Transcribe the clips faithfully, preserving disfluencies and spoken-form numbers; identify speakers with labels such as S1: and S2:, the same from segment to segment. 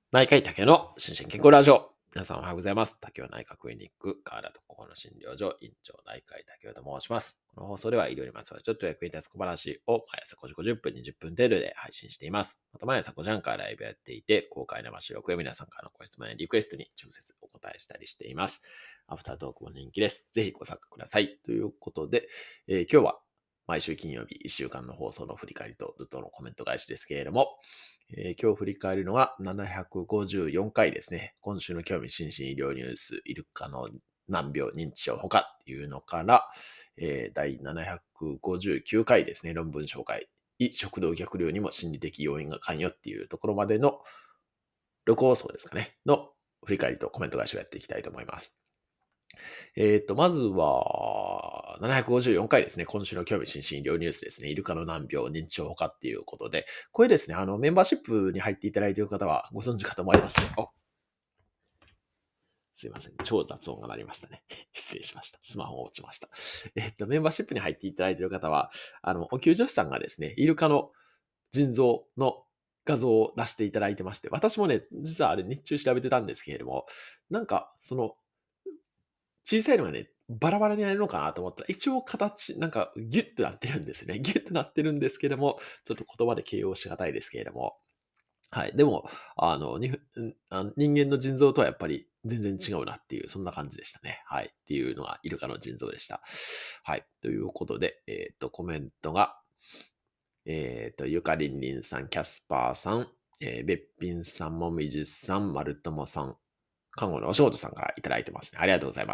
S1: 内科医竹の心身健康ラジオ。皆さんおはようございます。竹雄内科クリニック、河原と心の診療所、院長内科医竹雄と申します。この放送では医療にまつわるちょっと役に立つ小話を毎朝ごじごじゅっぷん、にじゅっぷん程度で配信しています。また毎朝ごじはんからライブやっていて、公開生収録や皆さんからのご質問やリクエストに直接お答えしたりしています。アフタートークも人気です。ぜひご参加ください。ということで、えー今日は毎週金曜日いっしゅうかんの放送の振り返りと、ずっとのコメント返しですけれども、えー今日振り返るのはななひゃくごじゅうよんかいですね。今週の興味津々医療ニュース、イルカの難病認知症ほかっていうのから、えー、だいななひゃくごじゅうきゅうかいですね。論文紹介。胃食道逆流にも心理的要因が関与っていうところまでのろく放送ですかね。の振り返りとコメント返しをやっていきたいと思います。えっと、まずは、ななひゃくごじゅうよんかいですね。今週の興味津々医療ニュースですね。イルカの難病、認知症ほかっていうことで、これですね、あの、メンバーシップに入っていただいている方はご存知かと思いますね。お、すいません。超雑音が鳴りましたね。失礼しました。スマホが落ちました。えっと、メンバーシップに入っていただいている方は、あの、お給助士さんがですね、イルカの腎臓の画像を出していただいてまして、私もね、実はあれ日中調べてたんですけれども、なんか、その、小さいのがね、バラバラになるのかなと思ったら、一応形、なんかギュッとなってるんですね。ギュッとなってるんですけども、ちょっと言葉で形容しがたいですけれども。はい。でも、あの、にんあの人間の腎臓とはやっぱり全然違うなっていう、そんな感じでしたね。はい。っていうのがイルカの腎臓でした。はい。ということで、えっ、と、コメントが、えっ、と、ゆかりんりんさん、キャスパーさん、えー、べっぴんさん、もみじさん、まるともさん、看護のお仕事さんからいただいてますね。ありがとうございます。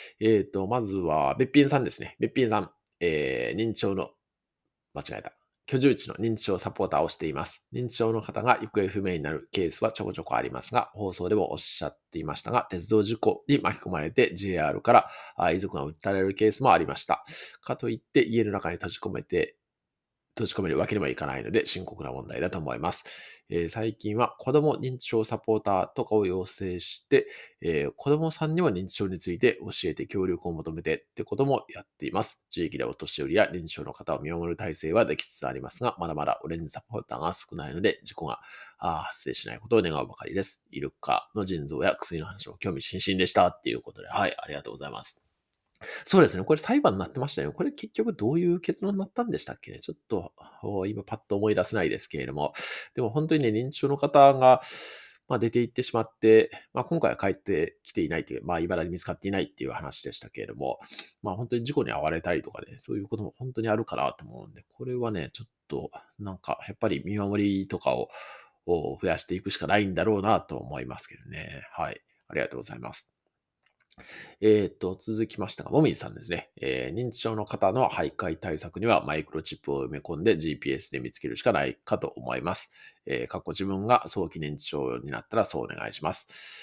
S1: えっ、と、まずは、べっぴんさんですね。べっぴんさん、えー、認知症の、間違えた。居住地の認知症サポーターをしています。認知症の方が行方不明になるケースはちょこちょこありますが、放送でもおっしゃっていましたが、鉄道事故に巻き込まれて ジェイアール からあ遺族が訴えられるケースもありました。かといって家の中に閉じ込めて閉じ込めるわけにもいかないので深刻な問題だと思います。えー最近は子供認知症サポーターとかを要請して、えー子供さんにも認知症について教えて協力を求めてってこともやっています。地域でお年寄りや認知症の方を見守る体制はできつつありますが、まだまだオレンジサポーターが少ないので、事故があー発生しないことを願うばかりです。イルカの腎臓や薬の話も興味津々でしたっていうことで、はい、ありがとうございます。そうですね。これ裁判になってましたよね。これ結局どういう結論になったんでしたっけね。ちょっと、お今パッと思い出せないですけれども。でも本当にね、認知症の方が、まあ、出て行ってしまって、まあ、今回は帰ってきていないという、まあ、茨に見つかっていないっていう話でしたけれども、まあ、本当に事故に遭われたりとかね、そういうことも本当にあるかなと思うんで、これはね、ちょっと、なんか、やっぱり見守りとかをを増やしていくしかないんだろうなと思いますけどね。はい。ありがとうございます。えっと、続きましたが、もみじさんですね。えー認知症の方の徘徊対策にはマイクロチップを埋め込んで ジーピーエス で見つけるしかないかと思います。えー、過去自分が早期認知症になったらそうお願いします。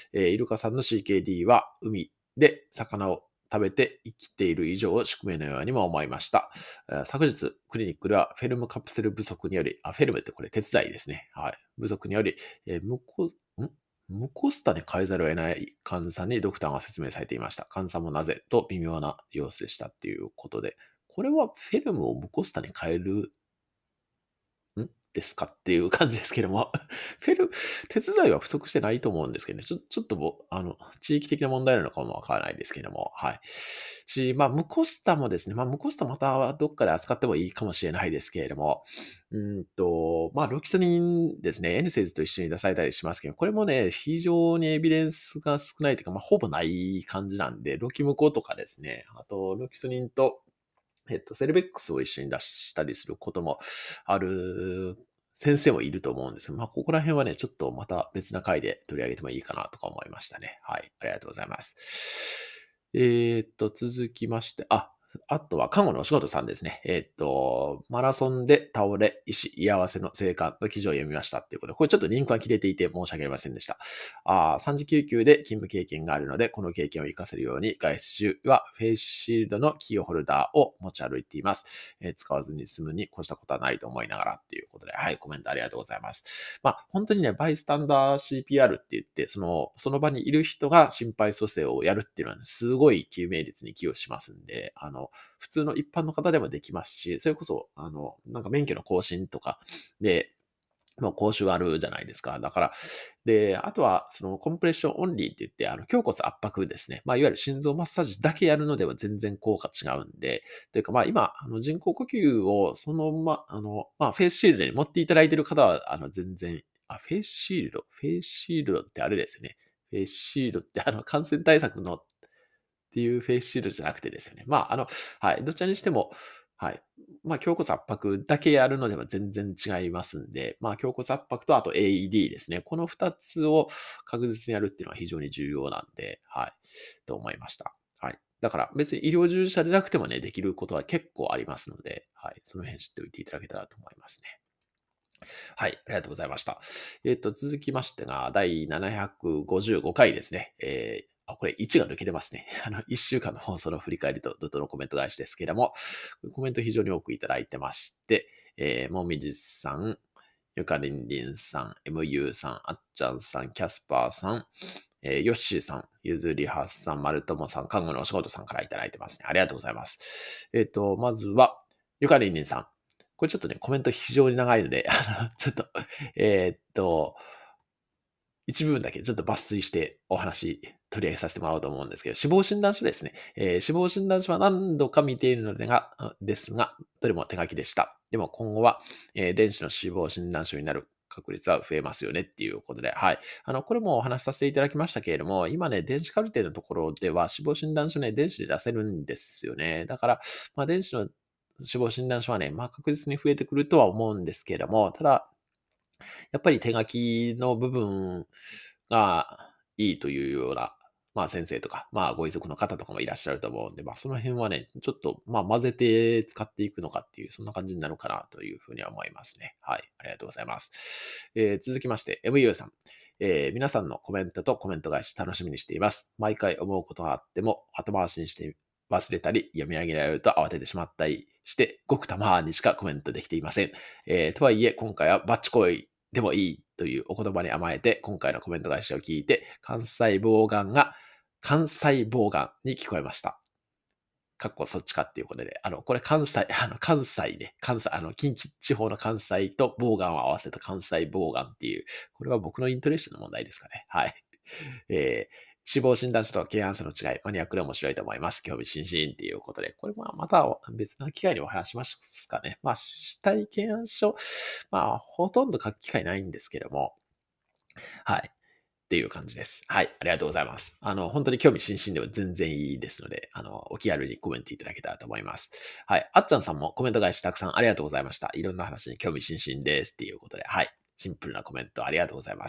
S1: えーイルカさんの シーケーディー は海で魚を食べて生きている以上、宿命のようにも思いました。えー昨日、クリニックではフェルムカプセル不足により、あ、フェルムってこれ鉄剤ですね。はい。不足により、えー向こう、ん無コスタに変えざるを得ない患者さんにドクターが説明されていました。患者さんもなぜと微妙な様子でしたっていうことで、これはフェルムを無コスタに変えるんですかっていう感じですけども、フェル、鉄材は不足してないと思うんですけどね、ちょ、ちょっともう、あの、地域的な問題なのかもわからないですけども、はい。し、まあ、ムコスタもですね、まあ、ムコスタまたどっかで扱ってもいいかもしれないですけれども、うんと、まあ、ロキソニンですね、エヌセイズと一緒に出されたりしますけど、これもね、非常にエビデンスが少ないというか、まあ、ほぼない感じなんで、ロキムコとかですね、あと、ロキソニンと、えっと、セルベックスを一緒に出したりすることもある先生もいると思うんですが、まあ、ここら辺はね、ちょっとまた別な回で取り上げてもいいかなとか思いましたね。はい。ありがとうございます。えーっと、続きまして、あ、あとは、看護のお仕事さんですね。えーっと、マラソンで倒れ、医師、居合わせの生還の記事を読みましたっていうことで、これちょっとリンクが切れていて申し訳ありませんでした。あーさんじ救急で勤務経験があるので、この経験を活かせるように、外出中はフェイスシールドのキーホルダーを持ち歩いています。えー使わずに済むに越したことはないと思いながらっていうことで、はい、コメントありがとうございます。まあ、本当にね、バイスタンダー シーピーアール って言って、その、その場にいる人が心肺蘇生をやるっていうのは、ね、すごい救命率に寄与しますんで、あの、普通の一般の方でもできますし、それこそ、あの、なんか免許の更新とかで、 もう講習あるじゃないですか。だから、で、あとは、そのコンプレッションオンリーって言って、あの、胸骨圧迫ですね。まあ、いわゆる心臓マッサージだけやるのでは全然効果違うんで、というか、まあ、今、あの、人工呼吸をそのまま、あの、まあ、フェイスシールドに持っていただいている方は、あの、全然、あ、フェイスシールドフェイスシールドってあれですよね。フェイスシールドってあの、感染対策のっていうフェイスシールドじゃなくてですよね。まあ、あの、はい、どちらにしても、はい。まあ、胸骨圧迫だけやるのでは全然違いますんで、まあ、胸骨圧迫とあと エーイーディー ですね。この二つを確実にやるっていうのは非常に重要なんで、はい。と思いました。はい。だから別に医療従事者でなくてもね、できることは結構ありますので、はい。その辺知っておいていただけたらと思いますね。はい、ありがとうございました。えっ、と、続きましてが、だいななひゃくごじゅうごかいですね。えー、あ、これいちが抜けてますね。あの、いっしゅうかんの放送の振り返りと、ドットのコメント返しですけれども、コメント非常に多くいただいてまして、えー、もみじさん、ゆかりんりんさん、エムユー さん、あっちゃんさん、キャスパーさん、えー、ヨッシーさん、ゆずりはさん、まるともさん、看護のお仕事さんからいただいてますね。ありがとうございます。えっ、と、まずは、ゆかりんりんさん。これちょっとね、コメント非常に長いので、あの、ちょっと、えーっと、一部分だけちょっと抜粋してお話取り上げさせてもらおうと思うんですけど、死亡診断書ですね。えー死亡診断書は何度か見ているのでが、ですが、どれも手書きでした。でも今後は、えー電子の死亡診断書になる確率は増えますよねっていうことで、はい。あの、これもお話しさせていただきましたけれども、今ね、電子カルテのところでは死亡診断書ね、電子で出せるんですよね。だから、まあ、電子の死亡診断書はね、まあ、確実に増えてくるとは思うんですけれども、ただ、やっぱり手書きの部分がいいというような、まあ先生とか、まあご遺族の方とかもいらっしゃると思うんで、まあその辺はね、ちょっとまあ混ぜて使っていくのかっていう、そんな感じになるかなというふうには思いますね。はい。ありがとうございます。えー続きまして、エムユー さん。えー皆さんのコメントとコメント返し楽しみにしています。毎回思うことがあっても後回しにして忘れたり、読み上げられると慌ててしまったりして、ごくたまにしかコメントできていません。えーとはいえ、今回はバッチコイでもいいというお言葉に甘えて、今回のコメント返しを聞いて、関西棒眼が関西棒眼に聞こえました。かっこそっちかっていうことで、あの、これ関西、あの、関西ね、関西、あの、近畿地方の関西と棒眼を合わせた関西棒眼っていう、これは僕のイントネーションの問題ですかね。はい。えー死亡診断書と検案書の違い、マニアックで面白いと思います。興味津々っていうことで、これはまた別な機会にお話しますかね。まあ、死体検案書、まあ、ほとんど書く機会ないんですけども、はい。っていう感じです。はい。ありがとうございます。あの、本当に興味津々では全然いいですので、あの、お気軽にコメントいただけたらと思います。はい。あっちゃんさんもコメント返したくさんありがとうございました。いろんな話に興味津々ですっていうことで、はい。シンプルなコメントありがとうございます。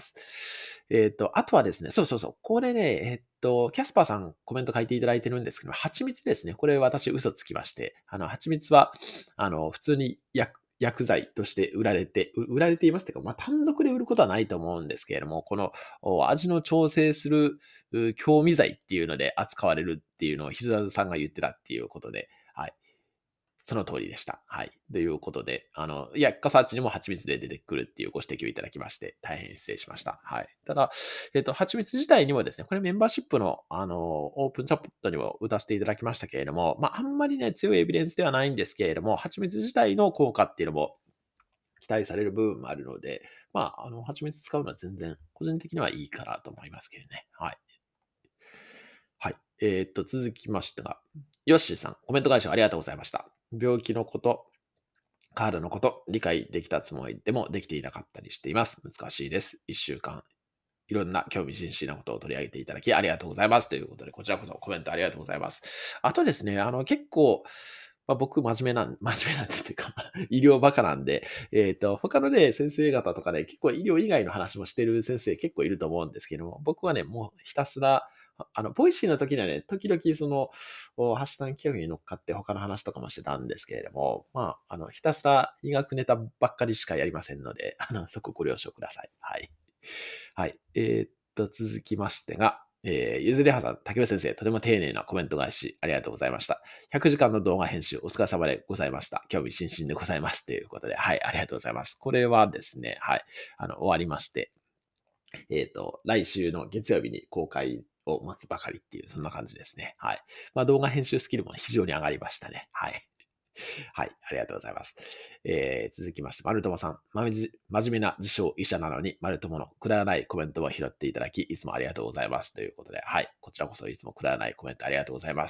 S1: えっ、と、あとはですね、そうそうそう。これね、えっ、と、キャスパーさんコメント書いていただいてるんですけど、蜂蜜ですね。これ私嘘つきまして、あの、蜂蜜は、あの、普通に薬、薬剤として売られて、売られていますというか、まあ、単独で売ることはないと思うんですけれども、この味の調整する強味剤っていうので扱われるっていうのをひずさんが言ってたっていうことで、はい。その通りでした。はい。ということで、あの、薬価サーチにも蜂蜜で出てくるっていうご指摘をいただきまして、大変失礼しました。はい。ただ、えっ、と、蜂蜜自体にもですね、これメンバーシップの、あの、オープンチャットにも打たせていただきましたけれども、まあ、あんまりね、強いエビデンスではないんですけれども、蜂蜜自体の効果っていうのも期待される部分もあるので、まあ、あの、蜂蜜使うのは全然、個人的にはいいかなと思いますけどね。はい。はい。えーっと、続きましてが、ヨッシーさん、コメント返しありがとうございました。病気のこと、カードのこと、理解できたつもりでもできていなかったりしています。難しいです。一週間、いろんな興味津々なことを取り上げていただきありがとうございます。ということで、こちらこそコメントありがとうございます。あとですね、あの、結構、まあ、僕、真面目なん、真面目なんでっていうか、医療バカなんで、えっ、と、他のね、先生方とかね、結構医療以外の話もしてる先生結構いると思うんですけども、僕はね、もうひたすら、ああの、ボイシーの時にはね、時々その、おハッシュタグ企画に乗っかって他の話とかもしてたんですけれども、まあ、あの、ひたすら医学ネタばっかりしかやりませんので、あの、そこご了承ください。はい。はい。えーっと、続きましてが、えー、ゆずりはさん、竹部先生、とても丁寧なコメント返し、ありがとうございました。ひゃくじかんの動画編集、お疲れ様でございました。興味津々でございます。ということで、はい、ありがとうございます。これはですね、はい、あの、終わりまして、えーっと、来週の月曜日に公開を待つばかりっていう、そんな感じですね。はい。まあ、動画編集スキルも非常に上がりましたね。はい。 はい、ありがとうございます。えー、続きまして、マルトモさん。まじ真面目な自称医者なのに、マルトモのくだらないコメントを拾っていただき、いつもありがとうございます。ということで、はい、こちらこそいつもくだらないコメントありがとうございます。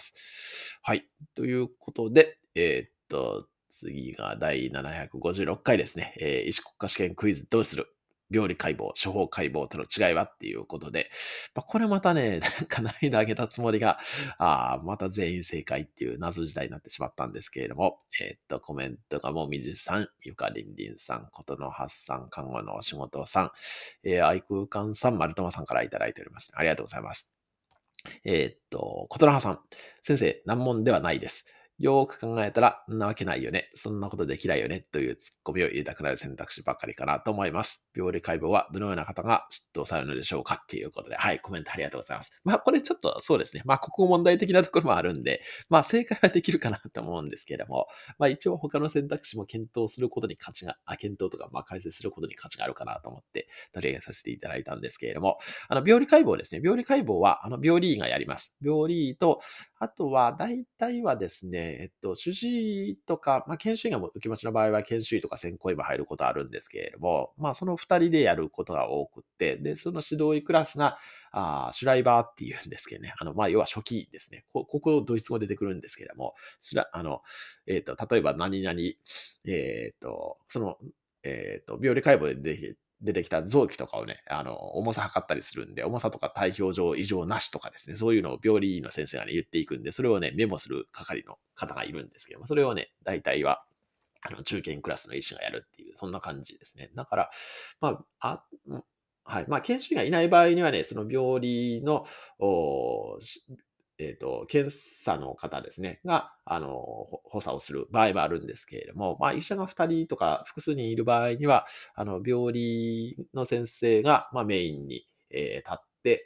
S1: はい、ということで、えーっと、次がだいななひゃくごじゅうろっかいですね。えー、医師国家試験クイズどうする病理解剖、処方解剖との違いはっていうことで、まあ、これまたね、なんか難易度上げたつもりが、ああ、また全員正解っていう謎時代になってしまったんですけれども、えーっと、コメントがもみじさん、ゆかりんりんさん、ことのはっさん、看護のお仕事さん、えー、愛空間さん、丸友さんからいただいております。ありがとうございます。えーっと、ことのはさん、先生、難問ではないです。よーく考えたら、んなわけないよね。そんなことできないよね。というツッコミを入れたくなる選択肢ばかりかなと思います。病理解剖はどのような方が執刀されるのでしょうかっていうことで、はい、コメントありがとうございます。まあ、これちょっとそうですね。まあ、ここ問題的なところもあるんで、まあ、正解はできるかなと思うんですけれども、まあ、一応他の選択肢も検討することに価値が、あ、検討とか、まあ、解説することに価値があるかなと思って、取り上げさせていただいたんですけれども、あの、病理解剖ですね。病理解剖は、あの、病理医がやります。病理医と、あとは、大体はですね、えっと、主治医とか、まあ、研修医が受け持ちの場合は、研修医とか専攻医も入ることあるんですけれども、まあ、その二人でやることが多くって、で、その指導医クラスが、あシュライバーっていうんですけどね、あの、まあ、要は初期ですね。こここ、ドイツ語出てくるんですけれども、しら、あの、えっと、例えば何々、えっと、その、えっと、病理解剖で出て出てきた臓器とかをね、あの、重さ測ったりするんで、重さとか体表上異常なしとかですね、そういうのを病理の先生がね、言っていくんで、それをね、メモする係の方がいるんですけども、それをね、大体は、あの、中堅クラスの医師がやるっていう、そんな感じですね。だから、まあ、あ、はい。まあ、研修医がいない場合にはね、その病理の、おえっ、と、検査の方ですね、が、あの、補佐をする場合はあるんですけれども、まあ、医者がふたりとか複数人いる場合には、あの、病理の先生が、まあ、メインに、えー立って、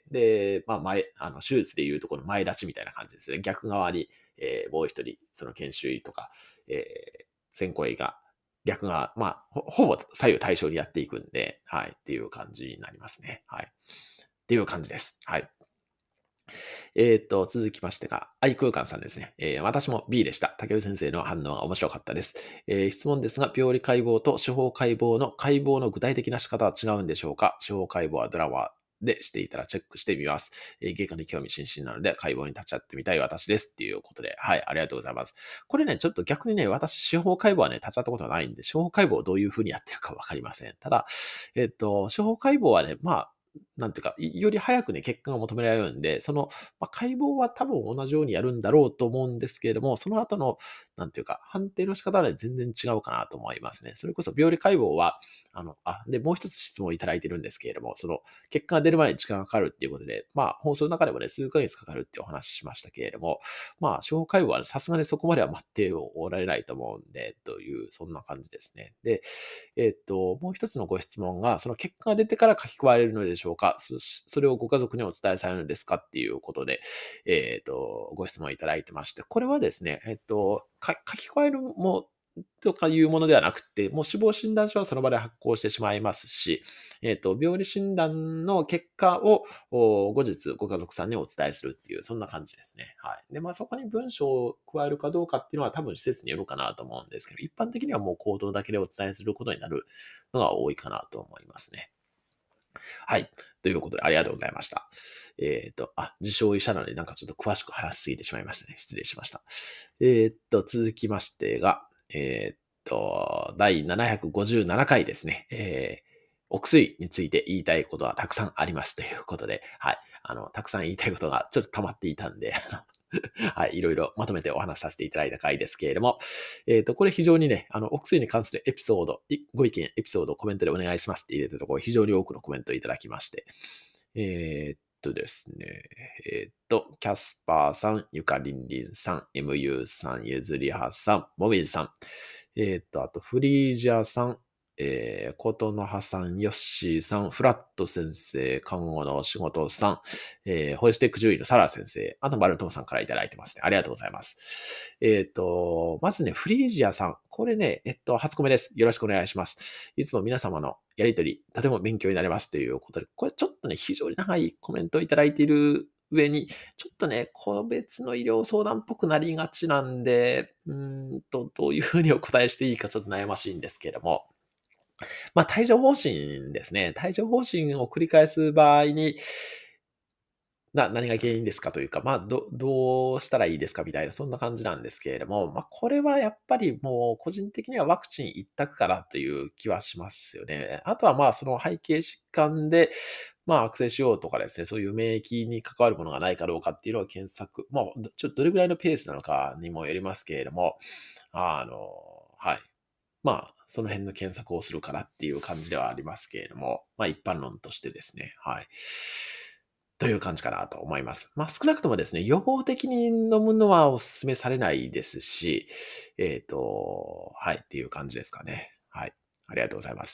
S1: で、まあ、前、あの、手術でいうとこの前立ちみたいな感じですね。逆側に、えーもう一人、その研修医とか、えー専攻医が逆が、まあ、ほほぼ左右対称にやっていくんで、はい、っていう感じになりますね。はい。っていう感じです。はい。えーっと、続きましてが、愛空間さんですね。えー私も B でした。竹内先生の反応が面白かったです。えー質問ですが、病理解剖と司法解剖の解剖の具体的な仕方は違うんでしょうか？司法解剖はドラマでしていたらチェックしてみます。えー外科に興味津々なので解剖に立ち会ってみたい私です。っていうことで、はい、ありがとうございます。これね、ちょっと逆にね、私、司法解剖はね、立ち会ったことはないんで、司法解剖をどういうふうにやってるかわかりません。ただ、えっと、司法解剖はね、まあ、なんていうか、より早くね、結果が求められるんで、その、まあ、解剖は多分同じようにやるんだろうと思うんですけれども、その後の、なんていうか、判定の仕方はね、全然違うかなと思いますね。それこそ病理解剖は、あの、あ、で、もう一つ質問をいただいてるんですけれども、その、結果が出る前に時間がかかるっていうことで、まあ、放送の中でもね、数ヶ月かかるっていうお話ししましたけれども、まあ、司法解剖はねさすがにそこまでは待っておられないと思うんで、という、そんな感じですね。で、えっと、もう一つのご質問が、その結果が出てから書き加えるのでしょうか？そそれをご家族にお伝えされるのですか？っていうことで、えっと、ご質問いただいてまして、これはですね、えっと、か書き加えるも、とかいうものではなくて、もう死亡診断書はその場で発行してしまいますし、えっと、病理診断の結果をお後日ご家族さんにお伝えするっていう、そんな感じですね。はい。で、まあそこに文章を加えるかどうかっていうのは多分施設によるかなと思うんですけど、一般的にはもう行動だけでお伝えすることになるのが多いかなと思いますね。はい。ということで、ありがとうございました。えっ、と、あ、自称医者なので、なんかちょっと詳しく話しすぎてしまいましたね。失礼しました。えっ、と、続きましてが、えっ、と、だいななひゃくごじゅうななかいですね。えーお薬について言いたいことはたくさんありますということで、はい。あの、たくさん言いたいことがちょっと溜まっていたんで、あのはい、いろいろまとめてお話しさせていただいた回ですけれども、えっ、と、これ非常にね、あの、お薬に関するエピソード、いご意見、エピソード、コメントでお願いしますって入れたところ、非常に多くのコメントをいただきまして、えーっとですね、えーっと、キャスパーさん、ゆかりんりんさん、エムユー さん、ゆずりはさん、もみじさん、えーっと、あと、フリージャーさん、えー、ことのはさん、ヨッシーさん、フラット先生、看護のお仕事さん、えー、ホイステック獣医のサラ先生、あと、バルトムさんからいただいてますね。ありがとうございます。えっと、まずね、フリージアさん。これね、えっと、初コメです。よろしくお願いします。いつも皆様のやりとり、とても勉強になりますということで、これちょっとね、非常に長いコメントをいただいている上に、ちょっとね、個別の医療相談っぽくなりがちなんで、うーんと、どういうふうにお答えしていいかちょっと悩ましいんですけれども、まあ、帯状疱疹ですね。帯状疱疹を繰り返す場合に、な、何が原因ですかというか、まあ、ど、どうしたらいいですかみたいな、そんな感じなんですけれども、まあ、これはやっぱりもう、個人的にはワクチン一択かなという気はしますよね。あとはまあ、その背景疾患で、まあ、悪性腫瘍とかですね、そういう免疫に関わるものがないかどうかっていうのを検索、まあ、ちょっとどれぐらいのペースなのかにもよりますけれども、あの、はい。まあ、その辺の検索をするかなっていう感じではありますけれども、まあ一般論としてですね、はい。という感じかなと思います。まあ少なくともですね、予防的に飲むのはお勧めされないですし、えっと、はい、っていう感じですかね。はい。ありがとうございます。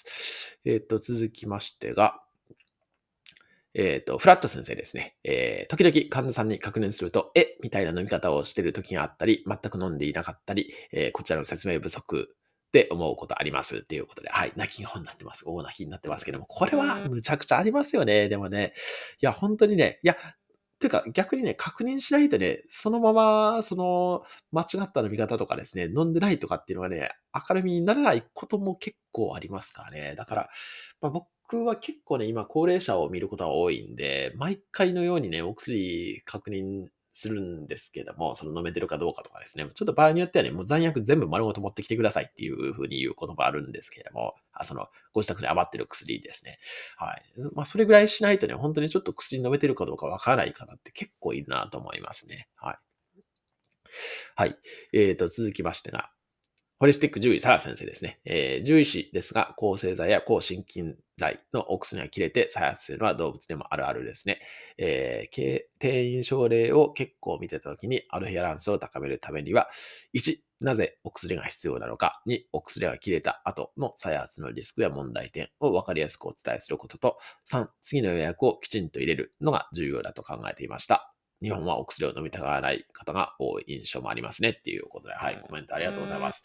S1: えっと、続きましてが、えっと、フラット先生ですね。えー、時々患者さんに確認すると、えみたいな飲み方をしている時があったり、全く飲んでいなかったり、えーこちらの説明不足で思うことありますっていうことで、はい、泣き顔になってます。大泣きになってますけども、これはむちゃくちゃありますよね。でもね、いや、本当にね、いや、というか逆にね、確認しないとね、そのまま、その、間違った飲み方とかですね、飲んでないとかっていうのはね、明るみにならないことも結構ありますからね。だから、まあ、僕は結構ね、今高齢者を見ることが多いんで、毎回のようにね、お薬確認するんですけども、その飲めてるかどうかとかですね。ちょっと場合によってはね、もう残薬全部丸ごと持ってきてくださいっていうふうに言う言葉あるんですけれども、あその、ご自宅で余ってる薬ですね。はい。まあ、それぐらいしないとね、本当にちょっと薬飲めてるかどうかわからない方って結構いるなと思いますね。はい。はい。えーと、続きましてが、ホリスティック獣医、サラ先生ですね。えー、獣医師ですが、抗生剤や抗心筋剤のお薬が切れて再発するのは動物でもあるあるですね。えー、定員症例を結構見てたときに、アルヘアランスを高めるためには、いち、なぜお薬が必要なのか。に、お薬が切れた後の再発のリスクや問題点を分かりやすくお伝えすることと、さん、次の予約をきちんと入れるのが重要だと考えていました。日本はお薬を飲みたがらない方が多い印象もありますねっていうことで、はい、コメントありがとうございます。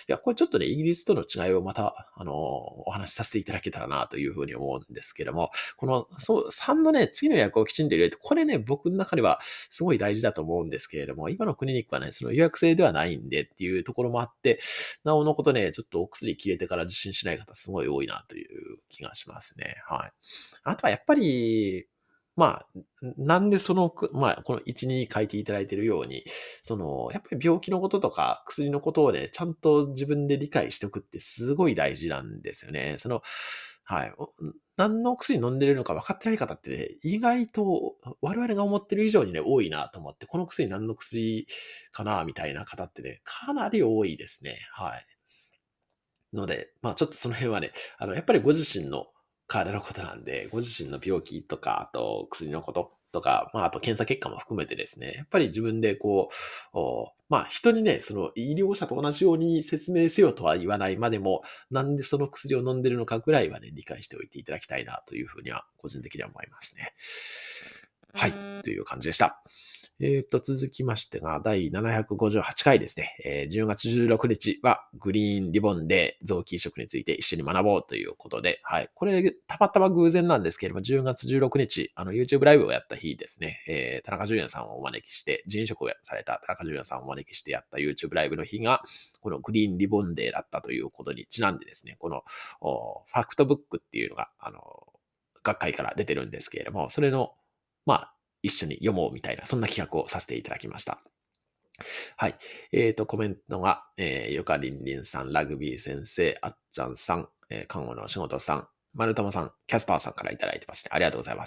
S1: いや、これちょっとね、イギリスとの違いをまた、あの、お話しさせていただけたらなというふうに思うんですけども、この、そう、さんのね、次の予約をきちんと入れると、これね、僕の中ではすごい大事だと思うんですけれども、今のクリニックはね、その予約制ではないんでっていうところもあって、なおのことね、ちょっとお薬切れてから受診しない方すごい多いなという気がしますね。はい。あとはやっぱり、まあ、なんでその、まあ、このいちに書いていただいているように、その、やっぱり病気のこととか薬のことをね、ちゃんと自分で理解しておくってすごい大事なんですよね。その、はい。何の薬飲んでるのか分かってない方ってね、意外と我々が思ってる以上にね、多いなと思って、この薬何の薬かなみたいな方ってね、かなり多いですね。はい。ので、まあちょっとその辺はね、あの、やっぱりご自身の体のことなんで、ご自身の病気とか、あと薬のこととか、まああと検査結果も含めてですね、やっぱり自分でこう、おまあ人にね、その医療者と同じように説明せよとは言わないまでも、なんでその薬を飲んでるのかぐらいはね、理解しておいていただきたいなというふうには、個人的には思いますね。はい、という感じでした。えっと、続きましてが、だいななひゃくごじゅうはちかいですね。えーじゅうがつじゅうろくにちは、グリーンリボンで臓器移植について一緒に学ぼうということで、はい。これ、たまたま偶然なんですけれども、じゅうがつじゅうろくにち、あの、YouTube ライブをやった日ですね、えー田中淳也さんをお招きして、人移植をされた田中淳也さんをお招きしてやった YouTube ライブの日が、このグリーンリボンデーだったということにちなんでですね、この、おファクトブックっていうのが、あの、学会から出てるんですけれども、それの、まあ、一緒に読もうみたいな、そんな企画をさせていただきました。はい。えっ、と、コメントが、えー、ゆかりんりんさん、ラグビー先生、あっちゃんさん、えー、看護のお仕事さん、まるたまさん、キャスパーさんからいただいてますね。ありがとうございます。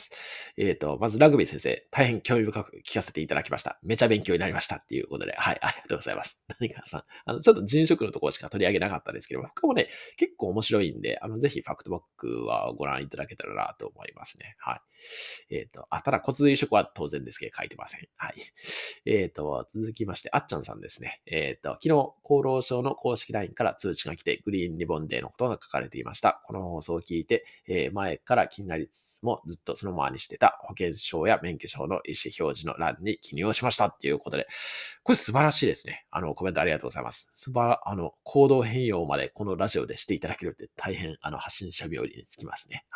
S1: えっ、と、まずラグビー先生、大変興味深く聞かせていただきました。めちゃ勉強になりましたっていうことで、はい、ありがとうございます。何かさん、あの、ちょっと人職のところしか取り上げなかったですけども、他もね、結構面白いんで、あの、ぜひファクトバックはご覧いただけたらなと思いますね。はい。えっ、と、あ、ただ骨髄移植は当然ですけど書いてません。はい。えっ、と、続きまして、あっちゃんさんですね。えっ、と、昨日、厚労省の公式 ライン から通知が来て、グリーンリボンデーのことが書かれていました。この放送を聞いて、えー前から気になりつつも、ずっとそのままにしてた保険証や免許証の意思表示の欄に記入をしましたっていうことで、これ素晴らしいですね。あの、コメントありがとうございます。素晴ら、あの、行動変容までこのラジオでしていただけるって大変、あの、発信者冥利につきますね。はい。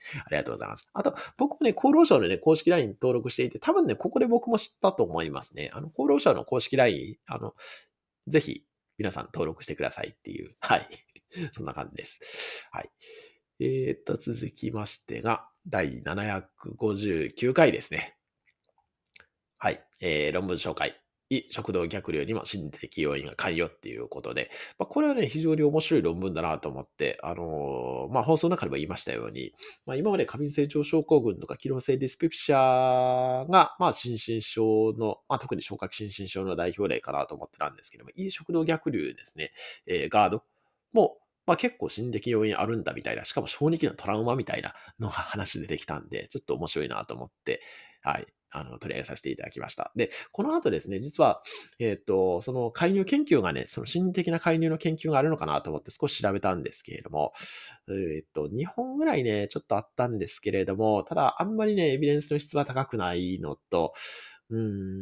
S1: ありがとうございます。あと、僕もね、厚労省のね、公式 ライン 登録していて、多分ね、ここで僕も知ったと思いますね。あの、厚労省の公式 ライン、あの、ぜひ、皆さん登録してくださいっていう、はい。そんな感じです。はい。えーっと、続きましてが、だいななひゃくごじゅうきゅうかいですね。はい。えー、論文紹介。胃食道逆流にも心理的要因が関与っていうことで、まあ、これはね、非常に面白い論文だなと思って、あのーまあ、放送の中でも言いましたように、まあ、今まで過敏性腸症候群とか機能性ディスペプシアが、まあ、心身症の、まあ、特に消化器心身症の代表例かなと思ってたんですけども、胃食道逆流ですね、えーガードも、まあ、結構心理的要因あるんだみたいな、しかも小児期のトラウマみたいなのが話出てきたんで、ちょっと面白いなと思って、はい。あの、取り上げさせていただきました。で、この後ですね、実は、えっと、その介入研究がね、その心理的な介入の研究があるのかなと思って少し調べたんですけれども、えっと、にほんぐらいね、ちょっとあったんですけれども、ただ、あんまりね、エビデンスの質は高くないのと、うん、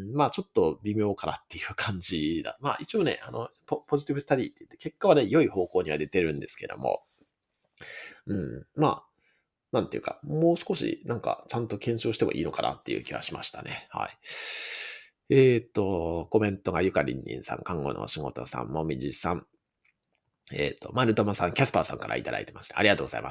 S1: まあちょっと微妙かなっていう感じだ。まあ一応ね、あの、ポポジティブスタディって言って、結果はね、良い方向には出てるんですけども、うん、まあ、なんていうか、もう少しなんかちゃんと検証してもいいのかなっていう気がしましたね。はい。えっと、コメントがゆかりんりんさん、看護のお仕事さん、もみじさん、えっと、まるともさん、キャスパーさんからいただいてます。ありがとうございます。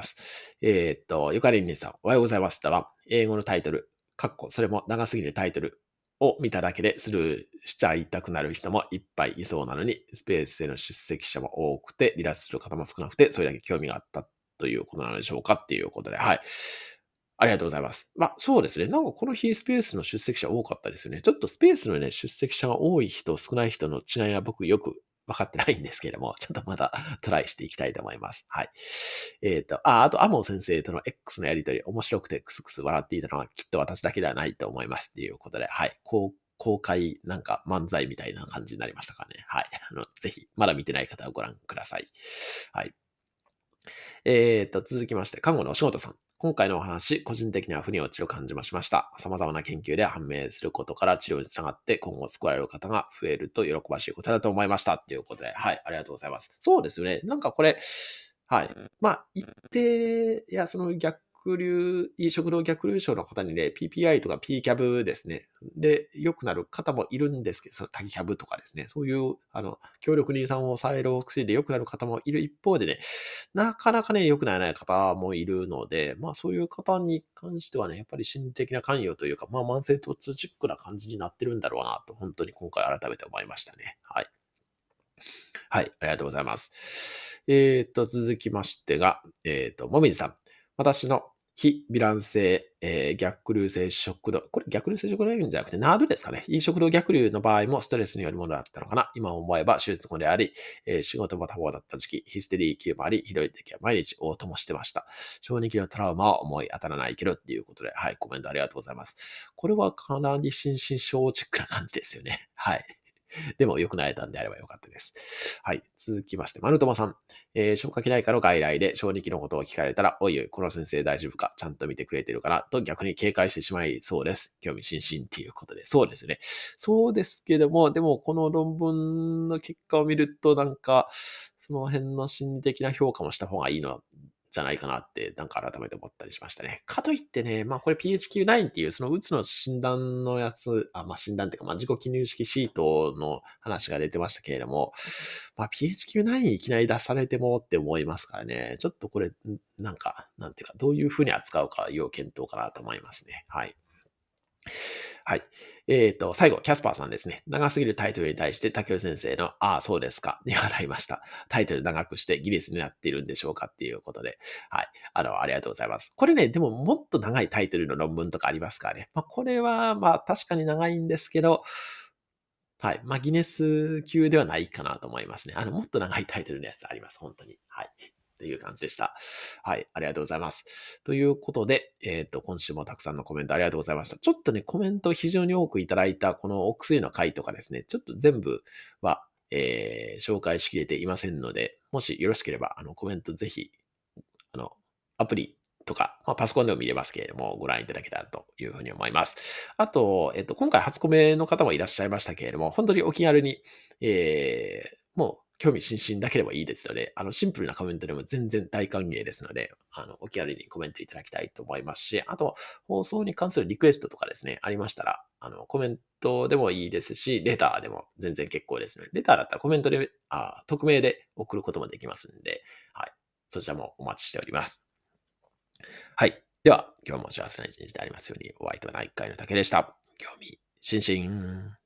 S1: えっと、ゆかりんりんさん、おはようございます。だわ、英語のタイトル、かっこ、それも長すぎるタイトルを見ただけでスルーしちゃいたくなる人もいっぱいいそうなのに、スペースへの出席者も多くて、離脱する方も少なくて、それだけ興味があったということなのでしょうかっていうことで、はい。ありがとうございます。まあ、そうですね。なんかこの日スペースの出席者多かったですよね。ちょっとスペースのね、出席者が多い人、少ない人の違いは僕よく分かってないんですけれども、ちょっとまだトライしていきたいと思います。はい。えっ、と、あ、あと、アモン先生との X のやりとり、面白くてクスクス笑っていたのはきっと私だけではないと思いますっていうことで、はい。こう公開なんか漫才みたいな感じになりましたかね。はい。あの、ぜひ、まだ見てない方はご覧ください。はい。えー、と、続きまして、看護のお仕事さん。今回のお話、個人的には腑に落ちる感じもしました。様々な研究で判明することから治療につながって今後救われる方が増えると喜ばしいことだと思いました。ということで、はい、ありがとうございます。そうですよね。なんかこれ、はい。まあ、一定、いや、その逆流、食道逆流症の方にね、ピーピーアイ とか ピーキャブ ですね。で、良くなる方もいるんですけど、そのタギキャブとかですね。そういう、あの、強力リン酸を抑えるお薬で良くなる方もいる一方でね、なかなかね、良くならない方もいるので、まあそういう方に関してはね、やっぱり心理的な関与というか、まあ慢性疼痛チックな感じになってるんだろうなと、本当に今回改めて思いましたね。はい。はい、ありがとうございます。えっと、続きましてが、えっと、もみじさん。私の非ヴィラン性、えー逆流性食道、これ逆流性食道炎じゃなくて、ナードですかね。いい食道逆流の場合もストレスによるものだったのかな。今思えば手術後であり、えー仕事も多忙だった時期、ヒステリー級もあり、ひどい時は毎日応答もしてました。小児期のトラウマは思い当たらないけどっていうことで、はい、コメントありがとうございます。これはかなり心身症チックな感じですよね。はい。でも良くなれたんであればよかったです。はい。続きまして、マヌトマさん。えー消化器内科の外来で小児期のことを聞かれたら、おいおい、この先生大丈夫かちゃんと見てくれてるかなと逆に警戒してしまいそうです。興味津々っていうことで。そうですね。そうですけども、でもこの論文の結果を見ると、なんか、その辺の心理的な評価もした方がいいのじゃないかなって、なんか改めて思ったりしましたね。かといってね、まあこれ ピーエイチキューナイン っていう、そのうつの診断のやつ、あ、まあ診断っていうか、まあ自己記入式シートの話が出てましたけれども、まあ ピーエイチキューナイン いきなり出されてもって思いますからね、ちょっとこれ、なんか、なんていうか、どういうふうに扱うか要検討かなと思いますね。はい。はい。えっ、と、最後、キャスパーさんですね。長すぎるタイトルに対して竹内先生の、ああ、そうですか、に笑いました。タイトル長くしてギリスになっているんでしょうかっていうことで。はい。あの、ありがとうございます。これね、でももっと長いタイトルの論文とかありますからね。まあ、これは、まあ、確かに長いんですけど、はい。まあ、ギネス級ではないかなと思いますね。あの、もっと長いタイトルのやつあります。本当に。はい。っていう感じでした。はい。ありがとうございます。ということで、えっ、と、今週もたくさんのコメントありがとうございました。ちょっとね、コメント非常に多くいただいた、このお薬の回とかですね、ちょっと全部は、えー紹介しきれていませんので、もしよろしければ、あの、コメントぜひ、あの、アプリとか、まあ、パソコンでも見れますけれども、ご覧いただけたらというふうに思います。あと、えっと、今回初コメの方もいらっしゃいましたけれども、本当にお気軽に、えー、もう興味津々だけでもいいですので、あの、シンプルなコメントでも全然大歓迎ですので、あの、お気軽にコメントいただきたいと思いますし、あと、放送に関するリクエストとかですね、ありましたら、あの、コメントでもいいですし、レターでも全然結構ですので、レターだったらコメントで、あ匿名で送ることもできますんで、はい。そちらもお待ちしております。はい。では、今日も幸せな一日でありますように、お相手は内科医の竹でした。興味津々。